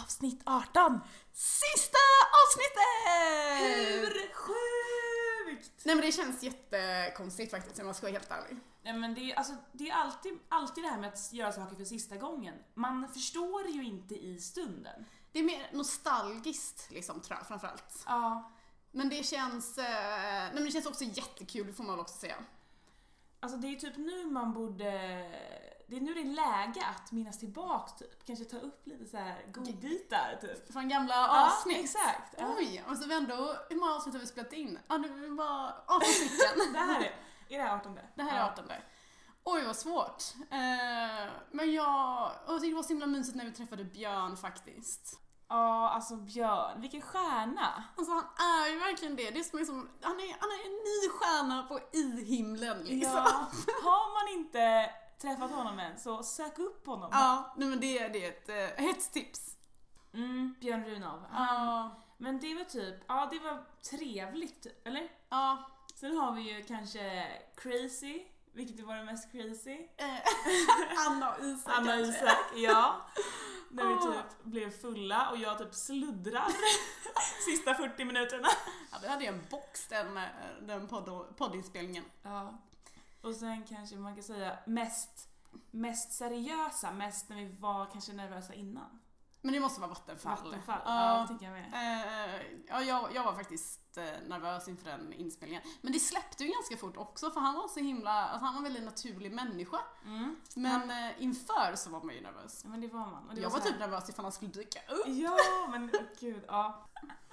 Avsnitt 18! Sista avsnittet! Hur sjukt! Nej men det känns jättekonstigt faktiskt, om man ska vara helt ärlig. Nej, men det är alltid det här med att göra saker för sista gången. Man förstår ju inte i stunden. Det är mer nostalgiskt liksom, tror jag, framförallt. Ja. Men det känns, det känns också jättekul, får man väl också säga. Alltså det är typ nu man borde... Det är nu det är läge att minnas tillbaka typ. Kanske ta upp lite så här godbitar typ. Från gamla avsnitt. Exakt. Oj, och så vi ändå, hur många avsnitt har vi spelat in? Ja, det var 18 stycken. Det här är det 18? Det här är 18. Oj, vad svårt. Men jag tyckte det var så himla mysigt när vi träffade Björn faktiskt. Ja, alltså Björn, vilken stjärna. Alltså han är ju verkligen det. Det är som liksom, han är en ny stjärna på i-himlen liksom. Ja, har man inte träffat honom än så sök upp honom. Ja, nej, men det är ett hett tips. Björn Runov. Men det var typ, det var trevligt typ, eller? Ja. Sen har vi ju kanske Crazy, vilket var det mest crazy. Anna och Isak. Anna och Isak, ja. När vi typ blev fulla och jag typ sluddrar sista 40 minuterna. Ja, vi hade ju en box den poddinspelningen. Ja. Och sen kanske man kan säga mest seriösa, mest när vi var kanske nervösa innan. Men det måste vara Vattenfall. Ja, det tycker jag med. Jag var faktiskt nervös inför den inspelningen. Men det släppte ju ganska fort också, för han var så himla, alltså han var en väldigt naturlig människa. Men inför så var man ju nervös. Ja, men det var man. Och det jag var typ nervös ifall han skulle dyka upp. Ja, men gud, ja.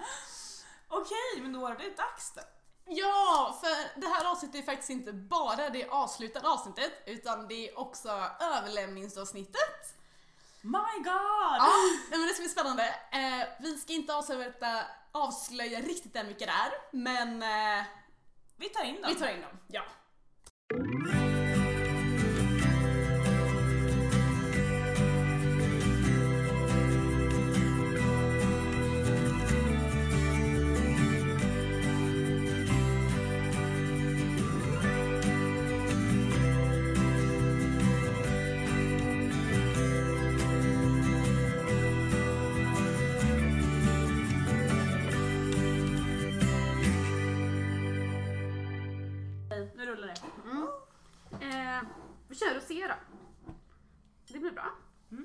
Okej, men då är det dags då. Ja, för det här avsnittet är faktiskt inte bara det avslutade avsnittet, utan det är också överlämningsavsnittet. My God! Ja, men det ska bli spännande. Vi ska inte avslöja riktigt än vilka det är, men vi tar in dem. Ja. Nu rullar det. Vi kör och ser då. Det blir bra.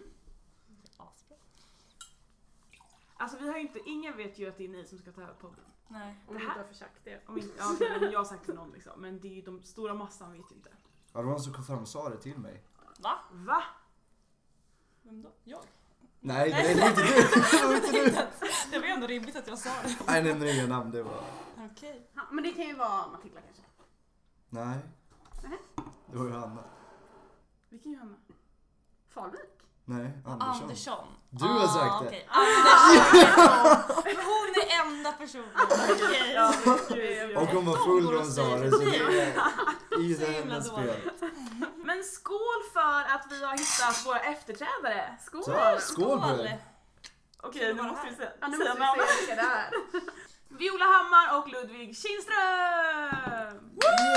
Alltså vi har ju inte, ingen vet ju att det är ni som ska ta över podden. Nej, om vi inte har försökt det. Om jag har sagt till någon liksom, men det är ju de stora massan vet ju inte. Ja, det var någon som kom fram och sa det till mig. Va? Vem då? Jag? Nej, det var inte du. Det var inte du. Det var ändå rimligt att jag sa det. Nej, jag nämner inga namn, det var... Okej. Ja, men det kan ju vara Matilda kanske. Nej. Det var Johanna. Vilken Johanna? Falvik? Nej, Andersson. Andersson. Du har sagt det. Okay. Andersson. Hon är enda personen. Okay. Och hon var full och hon sa det, så det är i det hennes spel. Men skål för att vi har hittat våra efterträdare. Skål! Så, skål på det. Okej, nu måste vi se. Ja, nu måste vi se vilka det är. Viola Hammar och Ludvig Kinström!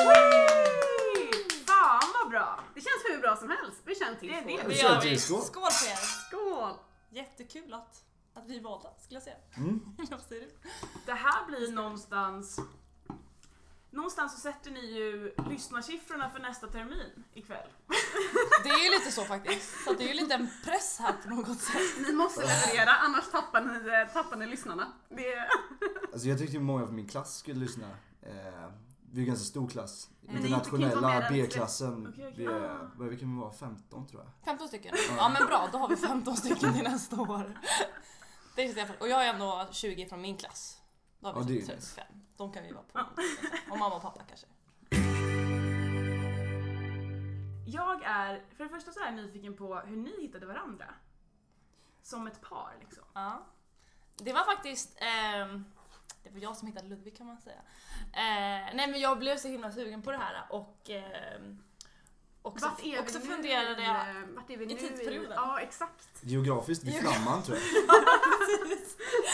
Fan vad bra! Det känns hur bra som helst. Vi känner till det. Det gör vi. Skål. Skål på er. Skål! Jättekul att vi valde, skulle jag säga. Vad säger du? Det här blir någonstans så sätter ni ju lyssnarsiffrorna för nästa termin ikväll. Det är ju lite så faktiskt. Så det är ju lite en press här på något sätt. Ni måste leverera, annars tappar ni lyssnarna. Alltså jag tyckte många från min klass skulle lyssna. Vi är en ganska stor klass. Men det är inte Internationella B-klassen. Okej. Vi kan vara 15 tror jag. 15 stycken? Ja men bra, då har vi 15 stycken till nästa år. Det är i alla fall. Och jag är ändå 20 från min klass. Då har vi 35. De kan vi vara på. Och mamma och pappa kanske. Jag är för det första så här nyfiken på hur ni hittade varandra. Som ett par liksom. Ja. Det var faktiskt det var jag som hittade Ludvig kan man säga. Nej men jag blev så himla sugen på det här och också funderade jag vart är vi nu i tidsperioden. Ja, exakt. Geografiskt vid Flamman tror jag.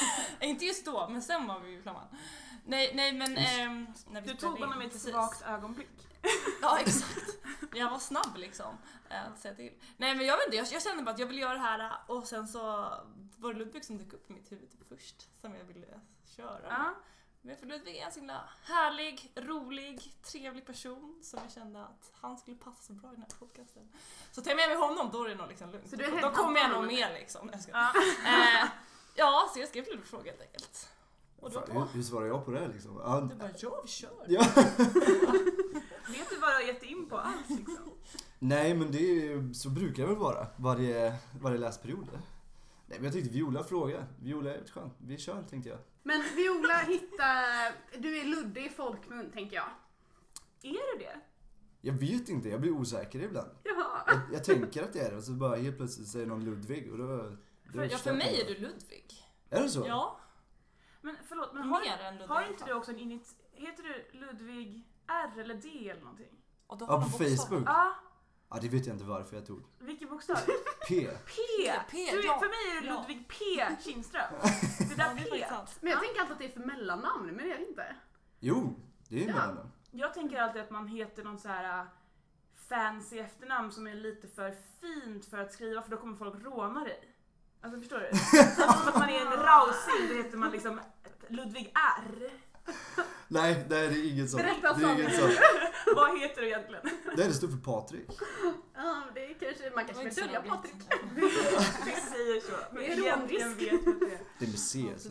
Inte just då, men sen var vi ju flamman. Nej men... när vi Du tog honom i ett svagt ögonblick. Ja, exakt. Jag var snabb liksom att säga till. Nej men jag vet inte, jag kände bara att jag ville göra det här och sen så var det Ludvig som dök upp i mitt huvud först som jag ville köra med. Men för Ludvig är en så himla härlig, rolig, trevlig person som jag kände att han skulle passa så bra i den här podcasten. Så tar jag med mig honom, då är det nog liksom lugnt. Så då kommer jag nog med liksom. Så jag skrev en fråga helt enkelt. Och då hur svarar jag på det liksom? Du bara, ja vi kör. Ja. Vet du vad du har gett in på alls liksom? Nej men så brukar det väl vara varje läsperiod. Nej men jag tyckte Viola frågade. Viola är skönt. Vi kör tänkte jag. Men Viola du är luddig i folkmun tänker jag. Är du det? Jag vet inte, jag blir osäker ibland. Jaha. Jag tänker att det är det och så bara helt plötsligt säger någon Ludvig och då för mig är du Ludvig. Är det så? Ja. Men förlåt, men har inte du också heter du Ludvig R eller D eller någonting? Och då Ja, på Facebook? Ja, det vet jag inte varför jag tog. Vilken bokstav? P. För mig är det Ludvig P. Kindström. Det där P. Men jag tänker alltid att det är för mellannamn, men det är det inte. Jo, det är mellannamn. Jag tänker alltid att man heter någon så här fancy efternamn som är lite för fint för att skriva för då kommer folk råna dig. Alltså förstår du? Som att man är en rausing, då heter man liksom Ludvig R. Nej, det är inget sånt. Berätta det är inget sånt. Vad heter du egentligen? Det står för Patrik. Ja, det är kanske, man kanske vill dölja Patrik. Vi säger så. Men det är egentligen vet vi det. Det är med C. Så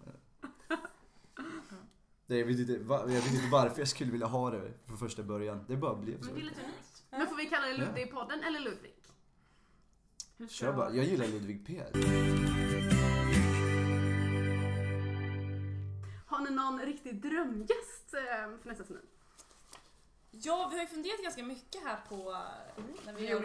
jag vet inte varför jag skulle vilja ha det från första början. Det bara blev så. Men det är lite unikt. Men får vi kalla det Ludvig i podden eller Ludvig? Kör bara. Jag gillar Ludvig P. Har ni någon riktig drömgäst för nästa turné? Ja, vi har ju funderat ganska mycket här på när vi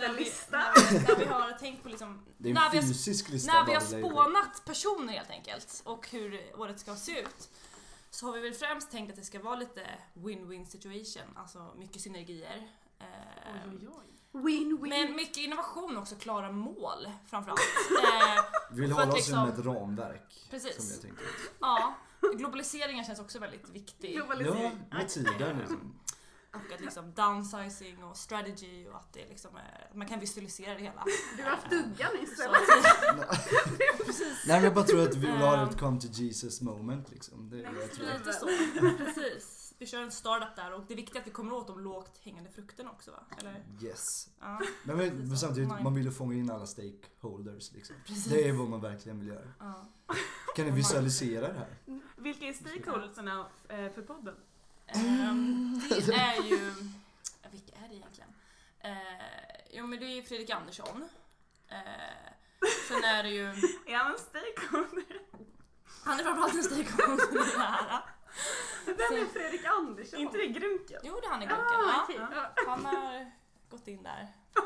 när vi har tänkt på liksom det är en fysisk lista. När vi har spånat personer helt enkelt och hur året ska se ut. Så har vi väl främst tänkt att det ska vara lite win-win situation, alltså mycket synergier. Win-win. Men mycket innovation också, klara mål framförallt. Vi vill hålla oss med ett ramverk. Precis. Som jag tänkte. Ja, globaliseringen känns också väldigt viktig. Ja, med tiden liksom. Och att liksom downsizing och strategy och att det liksom är, man kan visualisera det hela. Du har haft duggan istället. Nej men jag bara tror att vi vill ha ett come to Jesus moment liksom. Det är lite så. Precis. Vi kör en startup där och det är viktigt att vi kommer åt de lågt hängande frukterna också va? Eller? Yes. Ja. Men samtidigt, man vill ju fånga in alla stakeholders liksom. Precis. Det är vad man verkligen vill göra. Ja. Kan ni visualisera det här? Vilka är stakeholdersarna för podden? Det är ju... Vilka är det egentligen? Jo men det är Fredrik Andersson. Sen är det ju... Är han en stakeholder? Han är framförallt en stakeholder i det här. Vem är Fredrik Andersson? Inte det Grunken? Jo det är han i Grunken. Ja. Han har gått in där.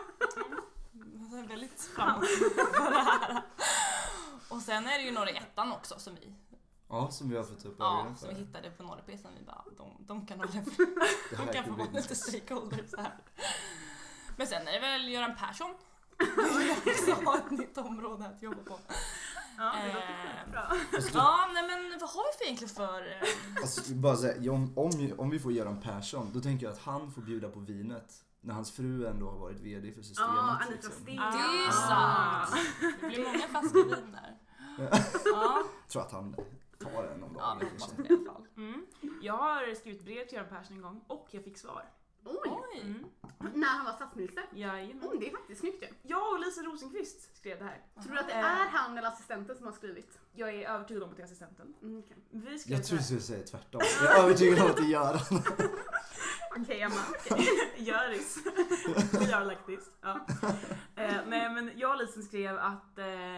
Han är väldigt framåt för det här. Och sen är det ju några i ettan också som vi... Ja, som vi har fått upp ögonen för. Som vi hittade på Norrp som vi bara, de kan få vara lite stakeholders här. Men sen är det väl Göran Persson. Vi också har ett nytt område att jobba på. Ja, det låter bra. Ja, nej men vad har vi för egentligen för... Alltså, bara så här, om vi får Göran Persson, då tänker jag att han får bjuda på vinet. När hans fru ändå har varit vd för systemet. Anita liksom. Sten. Det är sant. Det blir många flaskor vin där. Ja. Jag tror att han tar en om dagen. Ja, vi hoppas på det i alla fall. Jag har skrivit brev till Göran Persson en gång och jag fick svar. Oj. När han var statsminister? Jajamän. Det är faktiskt snyggt ju. Jag och Lisa Rosenqvist skrev det här. Tror du att det är han eller assistenten som har skrivit? Jag är övertygad om att det är assistenten. Okay. Vi skrev Jag tror du skulle säga tvärtom. Jag är övertygad om att det är Göran. Okej, Emma. Göris. We are like this. Ja. Nej, men jag och Lisa skrev att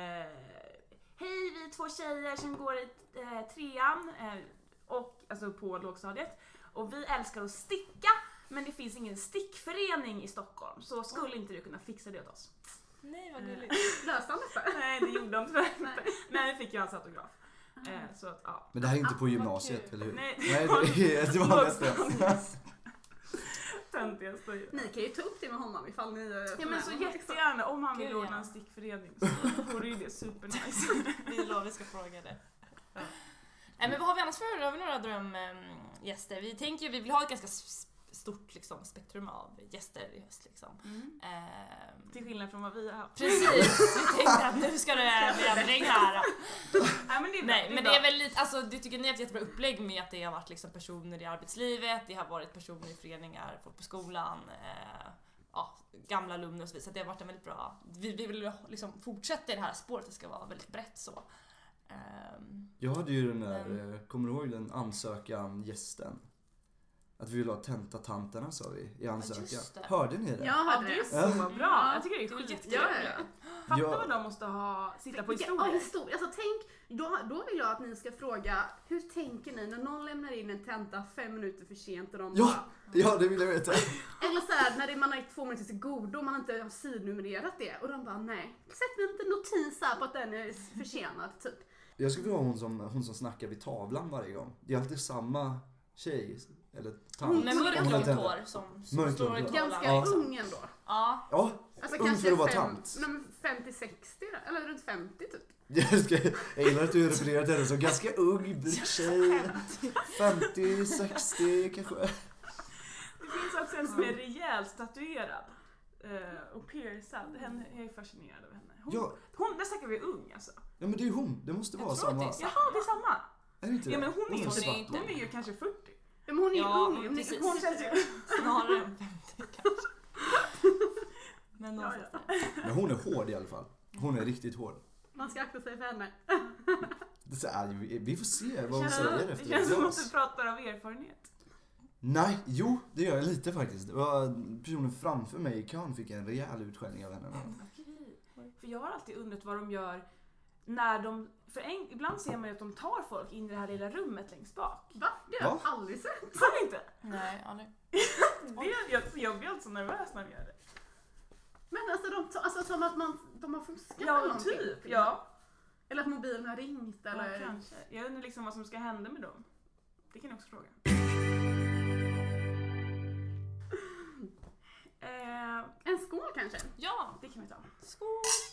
hej, vi är 2 tjejer som går i 3:an och alltså på lågstadiet och vi älskar att sticka. Men det finns ingen stickförening i Stockholm. Så skulle inte du kunna fixa det åt oss? Nej, vad gulligt. Löste han detta? Nej, det gjorde de tyvärr inte. Men vi fick ju hans autograf. Så att, ja. Men det här är inte på gymnasiet, eller hur? Nej, det var nästan. Töntigaste. Ni kan ju ta upp det med honom ifall ni... Ja men så jättegärna, om han vill ordna en stickförening så vore ju det supernice. Vi ska fråga det. Nej, men vad har vi annars för? Har vi några drömgäster? Vi tänker ju, vi vill ha ett ganska stort liksom, spektrum av gäster i höst liksom. Till skillnad från vad vi har haft. Precis, vi tänkte att nu ska det bli ändring här. Nej, men det är bra. Nej, men det är väl lite, alltså det tycker ni är ett jättebra upplägg med att det har varit liksom personer i arbetslivet, det har varit personer i föreningar, folk på skolan, gamla alumner och så vidare. Så det har varit en väldigt bra, vi vill liksom fortsätta i det här spåret, det ska vara väldigt brett så. Jag hade ju den där, kommer du ihåg den ansökan gästen? Att vi vill ha tentatanterna sa vi i ansökan. Hörde ni det? Ja, det är så bra. Jag tycker det är skitkul. Fatta vad de måste sitta på historia. Ja, historia. Alltså tänk, då vill jag att ni ska fråga, hur tänker ni när någon lämnar in en tenta 5 minuter för sent och de Ja, det vill jag veta. Eller så här, när man har 2 minuter till godo och man inte har sidnumrerat det och de bara nej, sätt mig en liten notis här på att den är försenad typ. Jag skulle vilja ha hon som snackar vid tavlan varje gång. Det är alltid samma tjej eller tant. Med mörklångt hår som står i tavlan. Ganska ung ändå. Ja. Alltså ung kanske för att vara tant. 50-60 eller runt 50 typ. Jag gillar att du refererar till henne som ganska ung tjej. 50-60 kanske. Det finns också en som är rejält statuerad och piercad. Jag är fascinerad av henne. Hon, där snackar vi ung alltså. Ja, men det är hon. Det måste vara samma. Jaha, det är samma. Är det inte det? Ja, men hon är ju kanske 40. Ja, men hon är ju ung. Precis. Hon känns ju... Snarare än 50 kanske. Men någonstans där. Men hon är hård i alla fall. Hon är riktigt hård. Man ska akta sig för henne. Vi får se vad hon säger efter det känns som att du pratar av erfarenhet. Nej, jo, det gör jag lite faktiskt. Det var personen framför mig i kön fick en rejäl utskällning av henne. För jag har alltid undrat vad de gör när de... ibland ser man ju att de tar folk in i det här lilla rummet längst bak. Va? Det har jag aldrig sett. Har ni inte? Nej, aldrig. Jag blir alltså nervös när de gör det. Men alltså som att de har fuskat eller Ja, någonting. typ. Ja. Eller att mobilen har ringt eller... Ja, kanske. Jag undrar liksom vad som ska hända med dem. Det kan jag också fråga. En skål kanske? Ja, det kan vi ta. Skål!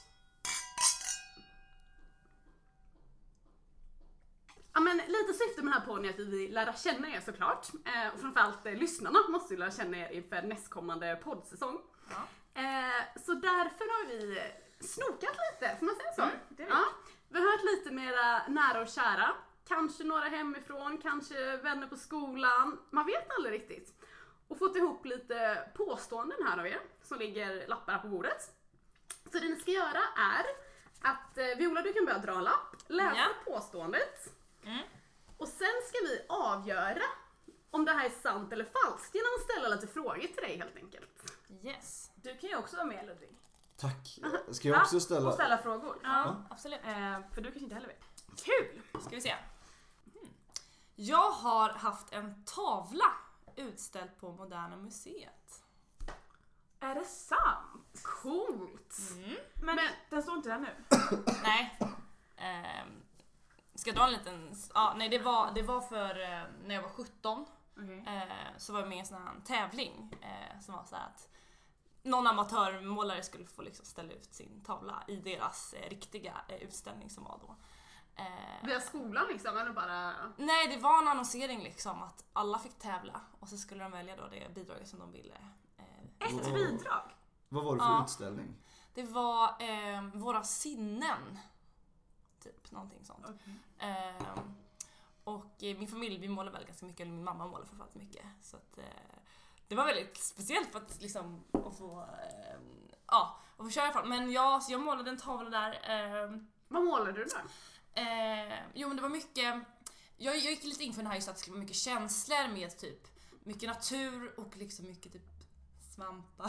Ja, men lite syfte med den här podden är att vi vill lära känna er såklart. Och framförallt lyssnarna måste ju lära känna er inför nästkommande poddsäsong. Ja. Så därför har vi snokat lite, får man säga så? Det är vi har hört lite mera nära och kära. Kanske några hemifrån, kanske vänner på skolan. Man vet aldrig riktigt. Och fått ihop lite påståenden här av er som ligger lappar på bordet. Så det ni ska göra är att Viola, du kan börja dra en lapp, läsa påståendet. Och sen ska vi avgöra om det här är sant eller falskt genom att ställa lite frågor till dig helt enkelt. Yes. Du kan ju också vara med, Ludvig. Tack. Ska jag också Och ställa... ställa frågor. Ja, absolut. För du kanske inte heller vet. Kul! Ska vi se. Jag har haft en tavla utställd på Moderna Museet. Är det sant? Coolt! Men den står inte där nu. Nej. Ska jag dra en liten... Ja, nej, det var för när jag var 17. Okay. Så var jag med i en sån här tävling som var så här att någon amatörmålare skulle få liksom ställa ut sin tavla i deras riktiga utställning som var då. Via skolan liksom, eller bara... Nej, det var en annonsering liksom att alla fick tävla och så skulle de välja då det bidraget som de ville. Ett bidrag? Vad var det för utställning? Det var våra sinnen. Typ, någonting sånt. Okay. Och min familj, vi målar väl ganska mycket, eller min mamma målar framförallt mycket. Så att det var väldigt speciellt för att liksom att få köra ifrån. Men jag målade en tavla där. Vad målade du då? Jo, men det var mycket... Jag gick lite in för den här just att det skulle vara mycket känslor med typ mycket natur och liksom mycket typ svampar.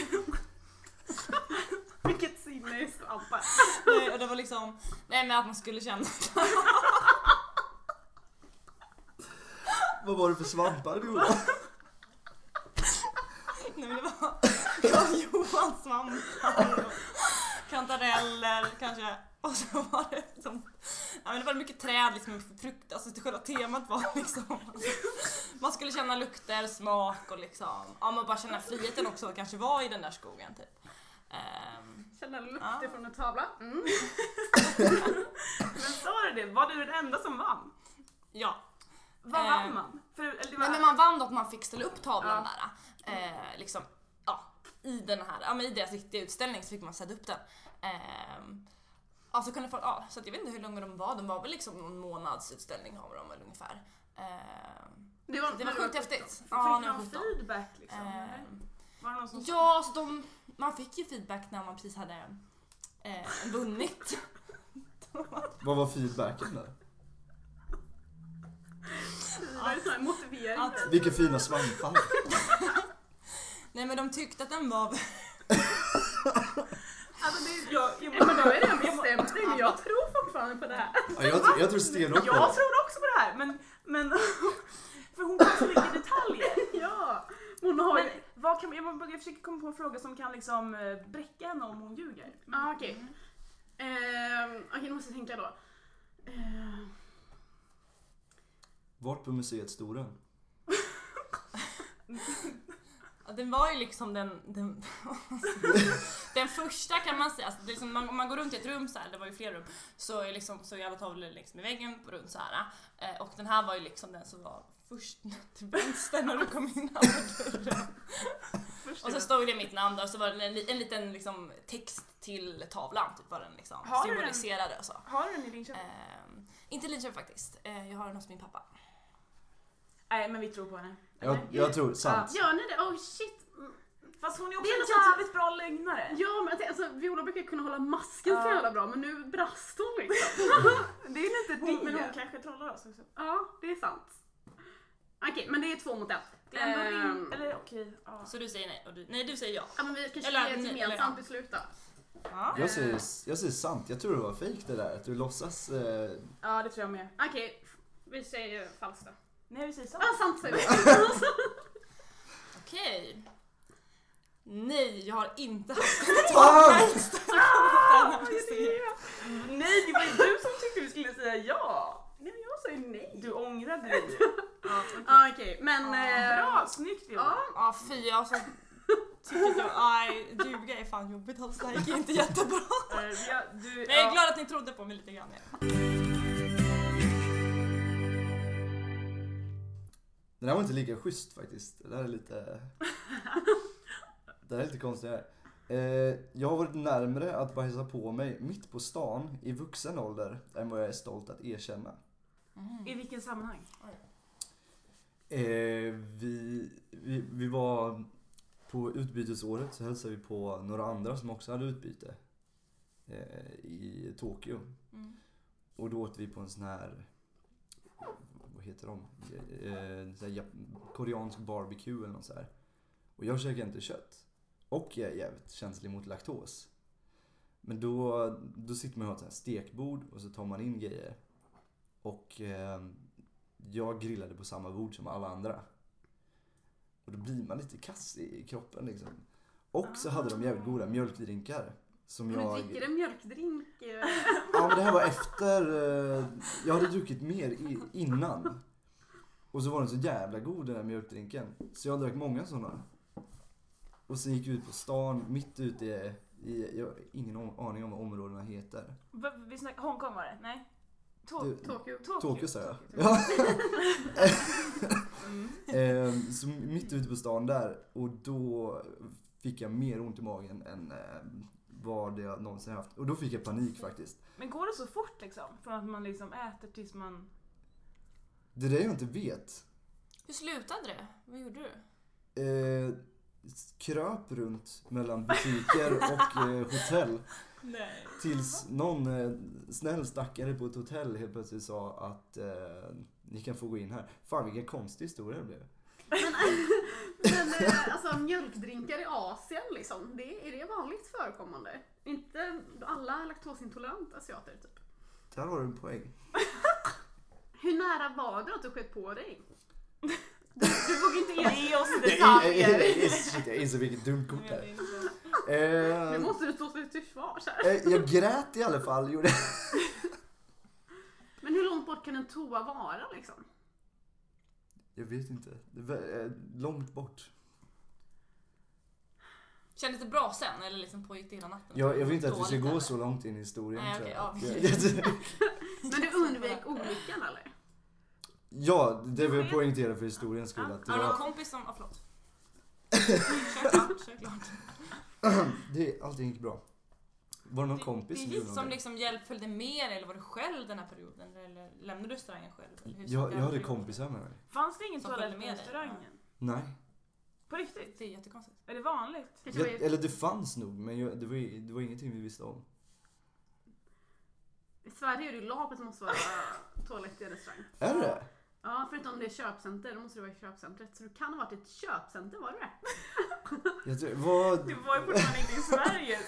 Vilket sinne är svampar. Nej, och det var liksom... Nej, men att man skulle känna... Vad var det för svampar, Viola? Nej, men det var Johan svampar och kantareller kanske. Och så var det som... Ja, men det var mycket träd liksom, frukt. Alltså det själva temat var liksom... Alltså, man skulle känna lukter, smak och liksom... Ja, man bara känna friheten också kanske var i den där skogen typ. Känna lukter från en tavla. Men sa du det? Var du den enda som var? Ja. Vad vann man? Men man vann då att man fick ställa upp tavlan där. Liksom, i den här, i deras riktiga utställning så fick man sätta upp den. Alltså kunde få, så att jag vet inte hur långa de var väl liksom någon månads utställning har de väl ungefär. Det var sjukt häftigt. Fick man feedback liksom? Var det någon som så man fick ju feedback när man precis hade vunnit. Vad var feedbacken där? Det var ju sån här motivering. Vilka fina svampar. Nej men de tyckte att den var... Alltså men då är det bestämt dig, men jag tror fortfarande på det här. Ja, jag tror stenhårt på det. Jag tror också på det här, men för hon kan så mycket detaljer. Ja, hon har ju... Jag försöker komma på en fråga som kan liksom bräcka henne om hon ljuger. Okej, nu måste jag tänka då. Vart på museet stod den? Den var ju liksom den första kan man säga, alltså det är liksom, om man går runt i ett rum så här, det var ju fler rum, så är liksom så alla tavlor liksom i väggen runt så här, och den här var ju liksom den som var först till vänster när du kom in här dörren. Och så stod det mitt namn där, och så var det en liten liksom text till tavlan typ, vad den liksom symboliserade och så. Har du den i Linköping? Inte Linköping faktiskt. Jag har den hos min pappa. Nej, men vi tror på henne. Jag tror, sant. Ja, nej, shit. Fast hon är också en jävligt bra lögnare. Ja, men alltså, Viola brukar kunna hålla masken så jävla bra, men nu brast hon liksom. Det är lite det. Men hon kanske trollar oss också. Ja, det är sant. Okej, men det är 2 mot 1. Det är ändå eller okej. Så du säger nej och du säger ja. Ja, men vi kanske är ett gemensamt beslut då. Ja. Jag säger sant. Jag tror det var fake det där. Att du låtsas... Ja, det tror jag med. Okej, vi säger falskt då. Nej, vi säger sant. Ja, sant säger vi. Okej. Nej, jag har inte haft en tavla. Nej, det var ju du som tyckte du skulle säga ja. Nej, men jag säger nej. Du ångrade dig. Okej, men... Bra, snyggt Viola. Ja, fy, alltså tycker jag, ljuga är fan jobbigt, alltså det här gick inte jättebra. Jag är glad att ni trodde på mig lite grann. Den här var inte lika schysst faktiskt. Det här är lite konstigt här. Jag har varit närmare att bajsa på mig mitt på stan i vuxen ålder än vad jag är stolt att erkänna. I vilken sammanhang? Vi var på utbytesåret, så hälsade vi på några andra som också hade utbyte i Tokyo. Och då åt vi på en sån här, vad heter de? Koreansk barbecue eller något så här. Och jag käkar inte kött. Och jag är jävligt känslig mot laktos. Men då sitter man och har ett sånt här stekbord och så tar man in grejer. Och jag grillade på samma bord som alla andra. Och då blir man lite kass i kroppen liksom. Och så hade de jävligt goda mjölkdrinkar. Som men du dricker en mjölkdrink? Ja, men det här var efter... Jag hade druckit mer innan. Och så var den så jävla god den här mjölkdrinken. Så jag drack många sådana. Och sen gick vi ut på stan, mitt ute i jag har ingen aning om vad områdena heter. Vi snackar Hongkong var det? Nej? Tokyo sa jag. Ja. Så mitt ute på stan där. Och då fick jag mer ont i magen än vad jag någonsin haft. Och då fick jag panik faktiskt. Men går det så fort liksom? Från att man liksom äter tills man... Det är det jag inte vet. Hur slutade det? Vad gjorde du? Kröp runt mellan butiker och hotell. Nej. Tills någon snäll stackare på ett hotell helt plötsligt sa att ni kan få gå in här. Fan, vilken konstig historia det blev. Men alltså mjölkdrinkar i Asien liksom, är det vanligt förekommande? Inte alla laktosintoleranta asiater typ. Där har du en poäng. Hur nära var det att du sköt på dig? Du vågar inte ge oss detaljer. Jag inser vilket dumt kort här. Nu måste du stå till försvar här. Jag grät i alla fall. Gjorde. Men hur långt bort kan en toa vara liksom? Jag vet inte. Det är långt bort. Kändes det bra sen eller liksom pågick det hela natten? Jag vill inte att vi ska gå så långt in i historien. Nej, okay, men du undvek olyckan eller? Ja, det vill jag poängtera för historiens skull. Att det Har du var... någon kompis som... förlåt. Kör klart. Allting gick bra. Var det någon kompis som gjorde Som någonting? liksom följde med eller var du själv den här perioden? Eller lämnade du restaurangen själv? Eller hur såg Jag den hade perioden? kompisar med mig. Fanns det ingen Som toalett följde på med dig? restaurangen? Nej. På riktigt? Det är jättekonstigt. Är det vanligt? Eller det fanns nog, men det var ingenting vi visste om. I Sverige är det ju lag på att det måste vara toalett i en restaurang. Är det? Ja, förutom om det är köpcenter, då måste det vara i köpcentret. Så det kan ha varit ett köpcenter, var det det? Jag tror, vad... Du var ju fortfarande inte i Sverige.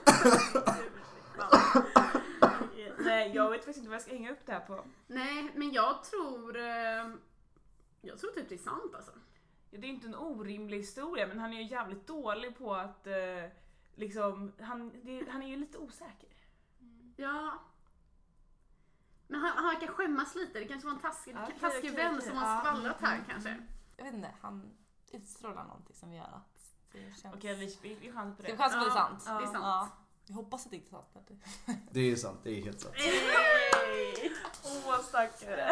Nej, jag vet faktiskt inte vad jag ska hänga upp det här på. Nej, men jag tror typ det är sant alltså. Ja, det är inte en orimlig historia, men han är ju jävligt dålig på att liksom, han är ju lite osäker. Ja. Men han verkar skämmas lite. Det kanske var en taskig vän som har skvallrat här kanske. Jag vet inte, han utstrålar någonting som gör att det känns... Okej, vi chansar på Ska det. vi chansa på det är sant? Det är sant. Ja. Jag hoppas att det inte är sant. Det är sant, det är helt sant. Hey! Åh, stackare.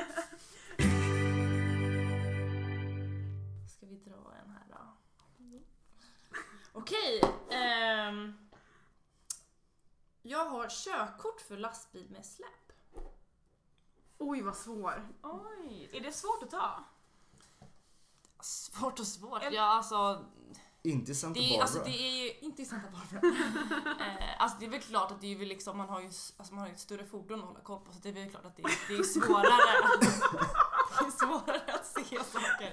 Ska vi dra en här då? Okej. Jag har körkort för lastbil med släp. Oj, vad svår. Oj, är det svårt att ta? Svårt och svårt. Ja, alltså... Inte i Santa Det är, Barbara. alltså, det är ju inte i Santa Barbara. Alltså det är väl klart att det är väl liksom, man har ju ett större fordon att hålla koll på, så det är väl klart att det är svårare. Det är svårare att se saker.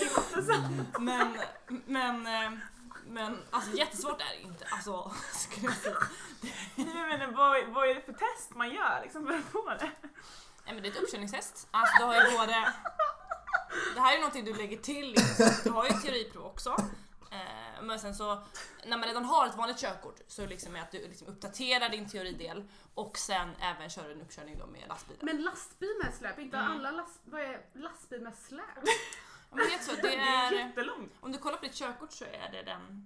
Men alltså jättesvårt är det inte. Alltså skulle jag säga. Nej, men vad är det för test man gör liksom för att få det? Nej, men det är ett uppkörningstest. Alltså du har ju både... Det här är ju någonting du lägger till. Liksom. Du har ju ett teoriprov också. Men sen så, när man redan har ett vanligt körkort, så liksom är att du liksom uppdaterar din teoridel och sen även kör en uppkörning då med lastbilen. Men lastbil med släp, inte alla vad är lastbil med släp? Ja, men vet så, det Det är är... jättelångt. Om du kollar på ditt körkort så är det den...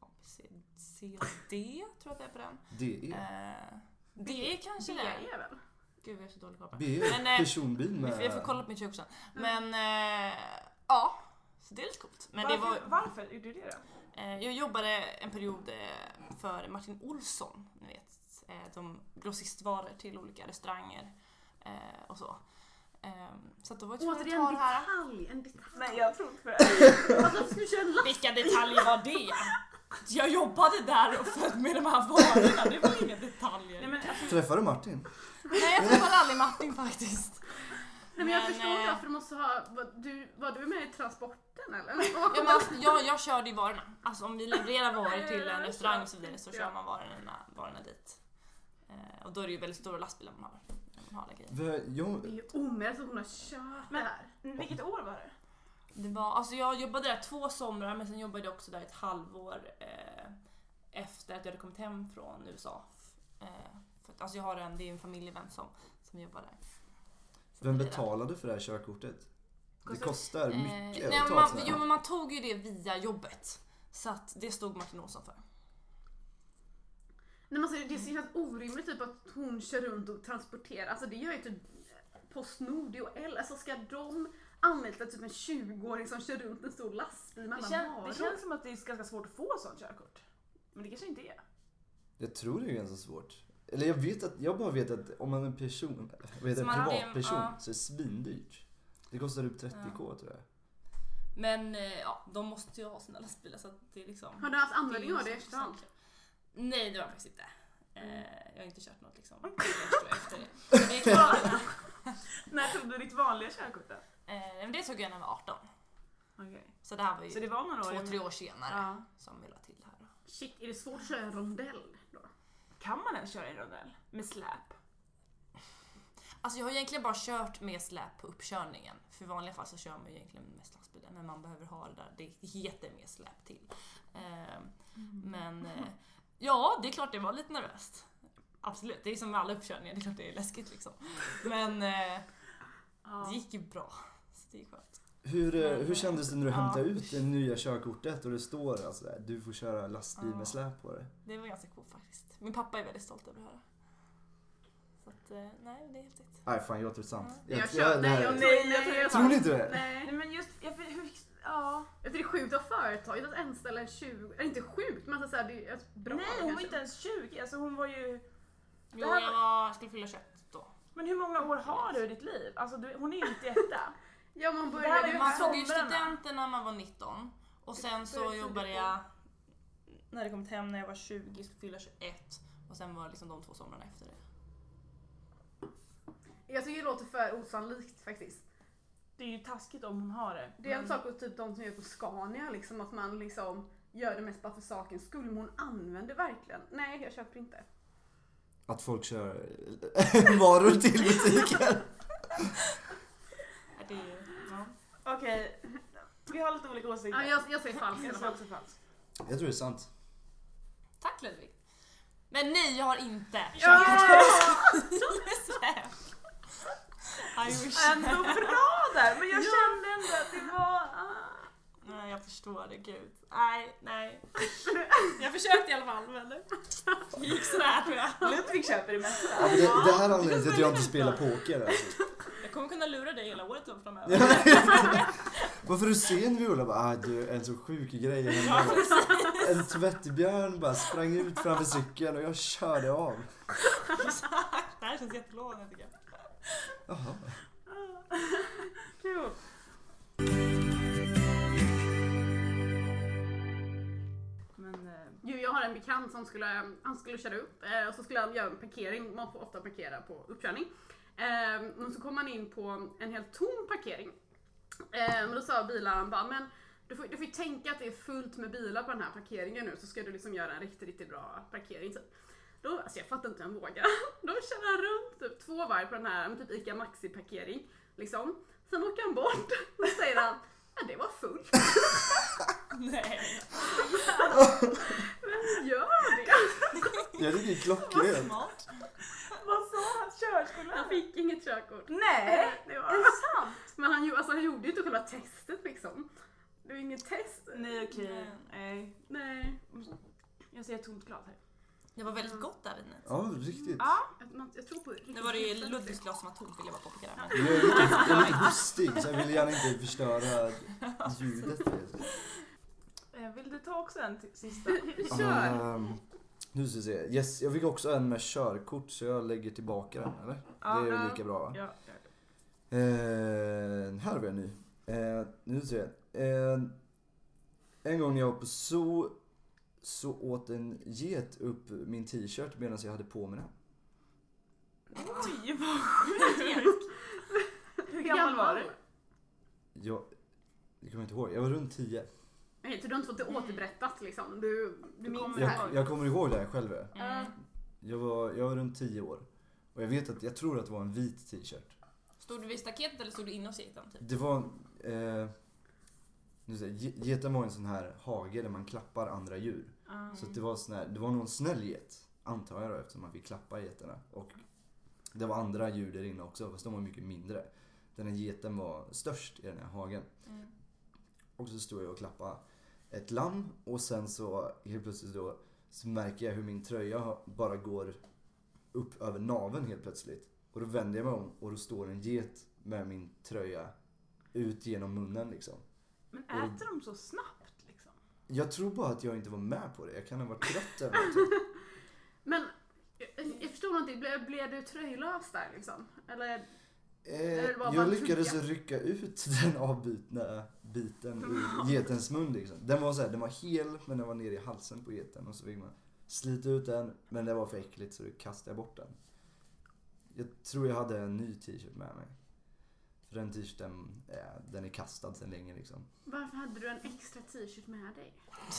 CD, tror jag att det är på den. Det Det är kanske Det det. är väl? Gud, jag är så dålig koll på det. B är Men, personbil med... Jag får kolla på mitt körkort sen. Men, ja. Så det är lite coolt. Men det var... Varför gjorde du det då? Jag jobbade en period för Martin Olsson, ni vet, de grossistvaror till olika restauranger och så. Så att då var jag tvungen att ta det här. En detalj. Nej, jag tror inte på det. Alltså, ska vi köra en lastbil? Vilka detaljer var det? Jag jobbade där och följde med de här varorna, det var inga detaljer. Nej, men, Träffade du Martin? Nej, jag träffade aldrig Martin faktiskt. Nej, men jag förstår inte varför du måste ha... Var du med i transporten eller? Ja, men alltså, jag körde ju varorna. Alltså om vi levererar varor till en restaurang och så vidare så kör man varorna dit. Och då är det ju väldigt stora lastbilar man har alla grejer. Det är ju omöjligt att hon har kört det här. vilket år var det? Det var, alltså jag jobbade där 2 somrar, men sen jobbade jag också där ett halvår efter att jag hade kommit hem från USA. För att, alltså jag har det är en familjevän som jobbar där. Vem betalade för det här körkortet? Det kostar mycket nej, att ta sådär. men man tog ju det via jobbet. Så att det stod Martin Olsson för. Nej, men alltså, det känns orimligt typ att hon kör runt och transporterar. Alltså det gör ju typ Postnord och L. Alltså ska de anlita typ en 20-åring som kör runt en stor lastbil med alla varor? Det känns som att det är ganska svårt att få sånt körkort. Men det kanske inte är. Jag tror det är ganska svårt. Eller jag bara vet att om man är en person, privatperson, så är det svindyrt. Det kostar upp 30k tror jag. Men ja, de måste ju ha sina lastbilar så att det är liksom... Har du haft användning av det efterhand? Nej, det var faktiskt inte. Jag har inte kört något liksom efter det. Men det är klart. När tog du ditt vanliga körkort då? Men det tog jag när jag var 18. Okay. Så det här var ju så det var några 2-3 år senare som vi la till det här. Då. Shit, är det svårt att köra en rondell då? Kan man ens köra en rondell med släp? Alltså jag har egentligen bara kört med släp på uppkörningen. För i vanliga fall så kör man ju egentligen med lastbilen. Men man behöver ha det där, det heter med släp till. Men ja, det är klart det var lite nervöst. Absolut, det är som med alla uppkörningar, det är klart det är läskigt liksom. Men det gick ju bra, så det är skönt. Hur kändes det när du hämtade ut det nya körkortet och det står alltså där, du får köra lastbil med släp på det? Det var ganska coolt faktiskt. Min pappa är väldigt stolt över det här. Så att, nej, det är häftigt. Nej fan, jag tror det är sant. Jag kör, nej, tror ni inte det? Nej. Men just, Jag tycker det är sjukt av företaget att anställa en 20, eller inte sjukt men så här, det är bra. nej, hon var kanske. inte ens 20, alltså hon var ju... Jo, jag skulle fylla 21 då. Men hur många år har du i ditt liv? Alltså hon är ju 91. Ja, man Det här är började ju Man tog ju somrarna. studenten när man var 19 och sen så jobbade jag när jag kom hem när jag var 20, skulle fylla 21 och sen var liksom de 2 somrarna efter det. Jag tycker det låter för osannolikt faktiskt. Det är ju taskigt om hon har det. Det är en sak att typ de som gör på Scania, liksom, att man liksom gör det mest bara för sakens skull. Men hon använder verkligen. Nej, jag köper inte. Att folk kör varor till butiken. Det är ju, ja. Okej, vi har lite olika åsikter. Ja, jag säger falskt i Jag alla ser fall. också falskt. Jag tror det är sant. Tack Ludvig. Men nej, jag har inte. I wish. Ändå bra där, men jag kände ändå att det var... Nej, jag förstår det, gud. Nej. Jag försökte i alla fall, men det gick sådär tror jag. Ludvig köper det mesta. Ja, men det här är anledningen till att jag inte spelar poker. Alltså. Jag kommer kunna lura dig hela året då framöver. Varför är du sen Viola? Bara, du, en så sjuk grej hände. En tvättbjörn bara sprang ut framför cykeln och jag körde av. Det här känns jättelovande tycker jag. Jaha. Kul. Men... Jag har en bekant som han skulle köra upp och så skulle han göra en parkering. Man får ofta parkera på uppkörning. Men så kom han in på en helt tom parkering. Men då sa bilaren bara, men du får ju tänka att det är fullt med bilar på den här parkeringen nu, så ska du liksom göra en riktigt bra parkering typ. Då, alltså jag fattar inte hur han vågar. Då kör han runt typ 2 varv på den här typ Ica Maxi parkering liksom. Sen åker han bort och säger han, ja det var fullt. Nej. Men gör det. Jag tycker det är klockrent. Smart. Vad sa han? Körskola? Han fick inget körkort. Nej! Det var... Är det sant? Men han gjorde ju inte själva testet liksom. Det var inget test. Nej okej. Nej. Nej. Jag ser ett tomt glas här. Det var väldigt gott där vinet. Ja, riktigt. Ja. Jag tror på riktigt. Nu var det ju Ludvigs glas som var tomt vill jag bara påpeka där. Jag är lite hostig så jag vill gärna inte förstöra ljudet. Vill du ta också en sista? Kör. Nu ska vi se. Yes, jag fick också en med körkort så jag lägger tillbaka den, eller? Ja, det är väl lika bra va? Ja. Här har vi en ny. Nu ska vi se. En gång när jag var på zoo så åt en get upp min t-shirt medan jag hade på mig den. Oj, vad sjukt! Hur gammal var du? Jag kommer inte ihåg. Jag var runt 10. Nej, så du har inte fått det återberättat liksom. Du minns det Jag- här. Jag kommer ihåg det här själv. Mm. Jag var runt 10 år. Och jag vet att jag tror att det var en vit t-shirt. Stod du vid staketet eller stod du inne hos geten typ? Det var nu säger jag, geten var en sån här hage där man klappar andra djur. Så att det var någon snäll get, antar jag då, eftersom man fick klappa geterna. Och det var andra djur där inne också, fast de var mycket mindre. Den här geten var störst i den här hagen. Mm. Och så stod jag och klappade ett lamm och sen så helt plötsligt då så märker jag hur min tröja bara går upp över naveln helt plötsligt. Och då vänder jag mig om och då står en get med min tröja ut genom munnen liksom. Men äter de så snabbt liksom? Jag tror bara att jag inte var med på det. Jag kan ha varit trött över det. Men jag förstår inte, blev du tröjlös där liksom? Eller? det var bara Jag en lyckades tugga. rycka ut den avbitna biten ur getens mun liksom. Den var hel men den var nere i halsen på geten och så fick man slita ut den, men det var för äckligt så då kastade jag bort den. Jag tror jag hade en ny t-shirt med mig. För den t-shirten, den är kastad sedan länge liksom. Varför hade du en extra t-shirt med dig?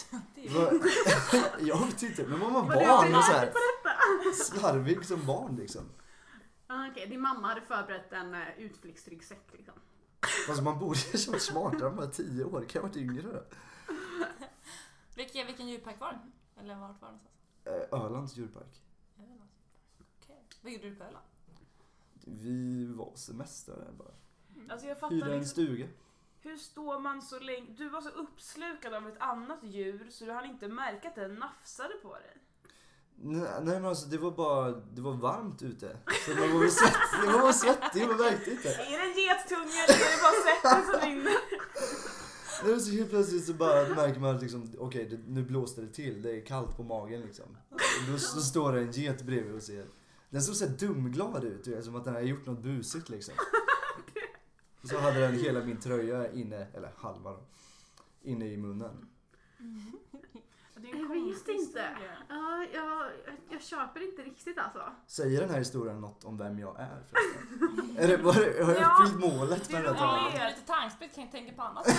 Jag vet inte, men man var Var det barn och så på här detta? slarvig som barn liksom. Okej, din mamma hade förberett en utflyktsryggsäck liksom. Alltså man borde ha varit smartare, man var 10 år, kan jag ha varit yngre då. Vilken djurpark var det? Eller vart var det någonstans? Ölands djurpark. Okej. Vad gjorde du på Öland? Vi var semestrare bara. Alltså jag Hyrde fattar en liksom, stuga. hur står man så länge? Du var så uppslukad av ett annat djur så du hann inte märka att den nafsade på dig. Nej men alltså det var varmt ute. Så man var svettig, det var svettig, man märkte inte. Är det en gettunga eller är det bara svetten som rinner? Det var så helt plötsligt så bara märker man att liksom, okej, nu blåste det till, det är kallt på magen liksom. Och då står det en get bredvid och ser. Den såg så här dumglad ut, som att den hade gjort något busigt liksom. Och så hade den hela min tröja inne, eller halva då, inne i munnen. Det är en Jag vet konstig inte. historia. Ja, jag köper inte riktigt alltså. Säger den här historien något om vem jag är förresten? Har jag uppfyllt målet med den här Ja, tanken? lite tanksprit kan jag tänka på annat.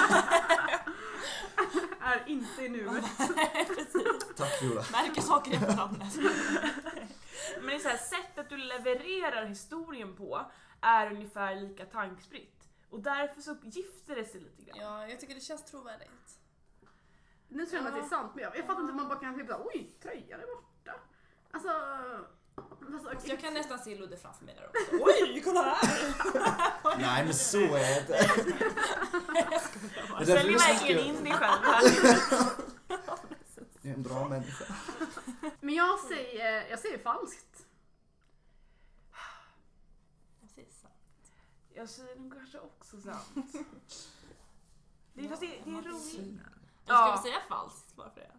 Är inte i nuet. Tack Viola. Märker saker efter namnet. Men det är så här, sättet du levererar historien på är ungefär lika tankspritt. Och därför så gifter det sig lite grann. Ja, jag tycker det känns trovärdigt. Nu tror jag att det är sant, men jag fattar inte hur man bara kan typ såhär, oj, tröjan är borta. Alltså Jag kan nästan se Ludde framför mig där också. Oj, kolla här! Nej men så är jag inte. Du säljer verkligen in dig själv här. Jag är en bra människa. Men jag säger falskt. Jag säger nog kanske också sant. Det är roligt. Ska vi säga falskt bara för det?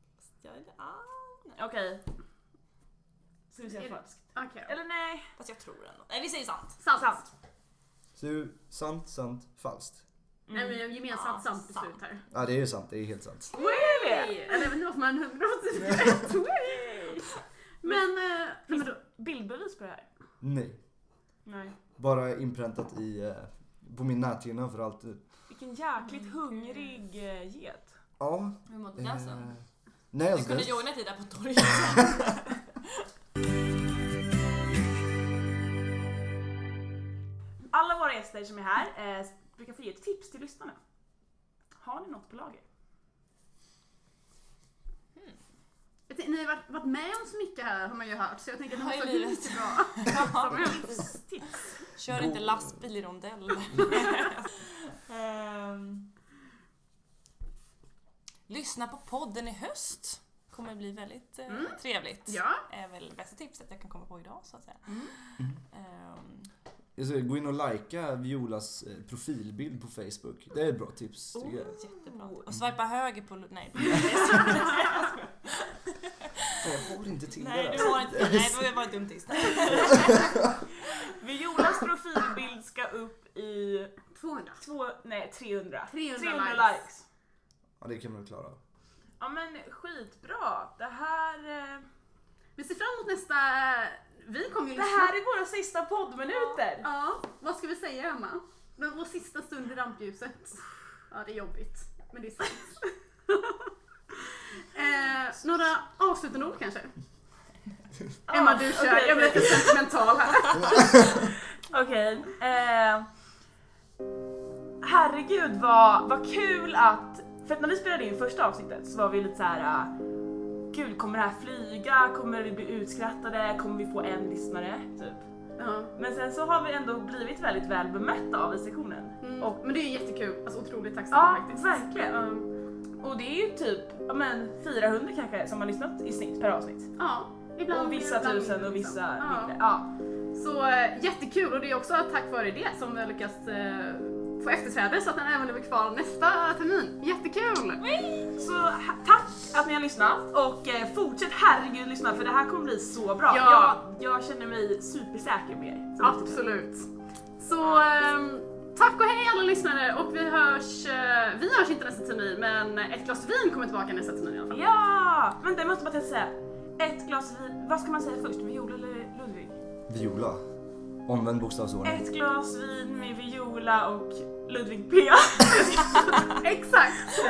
Okej. Ska vi säga falskt? Okej. Eller nej? Fast jag tror ändå. Nej, vi säger sant. Sant. Så sant, falskt. Nej men gemensamt sant beslut här. Ja det är sant, det är helt sant. Eller jag vet inte varför man 100% rätt. Men då, Bildbevis på det här? Nej. Bara inpräntat på min näthinna för alltid. Vilken jäkligt hungrig get. Ja. Hur mådde den sen? Nej, Jag alltså, kunde joina tid där på torget. Alla våra gäster som är här brukar få ge ett tips till lyssnarna. Har ni något på lager? Ni har varit med om så mycket här har man ju hört, så jag tänker att det måste vara livet. lite bra. Tips. Kör inte lastbil i rondell. Lyssna på podden i höst. Kommer bli väldigt trevligt. Ja. Är väl bästa tipset jag kan komma på idag så att säga. Jag ska gå in och likea Violas profilbild på Facebook. Det är ett bra tips tycker jag. Jättebra. Och swipa höger på... Nej. Jag har inte till Nej, det. det var inte. Nej, det var ett dumt tips. Violas profilbild ska upp i 200. 300 likes. Ja, det kan man klara av. Ja men skitbra. Det här... Vi ser fram emot nästa... Vi kommer ju Det lyssna. här är våra sista poddminuter. Ja, vad ska vi säga Emma? Vår sista stund i rampljuset. Ja, det är jobbigt. Men det är sant. Några avslutande ord kanske? Emma, du kör. okej. Jag blir lite sentimental här. Okej. Herregud vad kul att... För att när vi spelade in första avsnittet så var vi lite så här. Gud, kommer det här flyga? Kommer vi bli utskrattade? Kommer vi få en lyssnare? Typ. Ja. Men sen så har vi ändå blivit väldigt väl bemötta av i sektionen. Men det är ju jättekul. Alltså otroligt tacksam Ja, faktiskt. verkligen. Och det är ju typ 400 kanske som har lyssnat i snitt per avsnitt. Ja, ibland Och vissa ibland tusen och liksom. vissa Ja. mindre. Ja. Så jättekul, och det är också tack vare det som vi har lyckats få efterträde så att den även lever kvar nästa termin. Jättekul! Så tack att ni har lyssnat och fortsätt herregud lyssna för det här kommer bli så bra. Ja. Jag känner mig supersäker med er. Absolut. Så tack och hej alla lyssnare, och vi hörs inte nästa termin, men ett glas vin kommer tillbaka nästa termin i alla fall. Ja! Vänta, jag måste bara säga. Ett glas vin. Vad ska man säga först? Viola eller Ludvig? Viola. Omvänd bokstavsordning. Ett glas vin med Viola och Ludvig P. Exakt!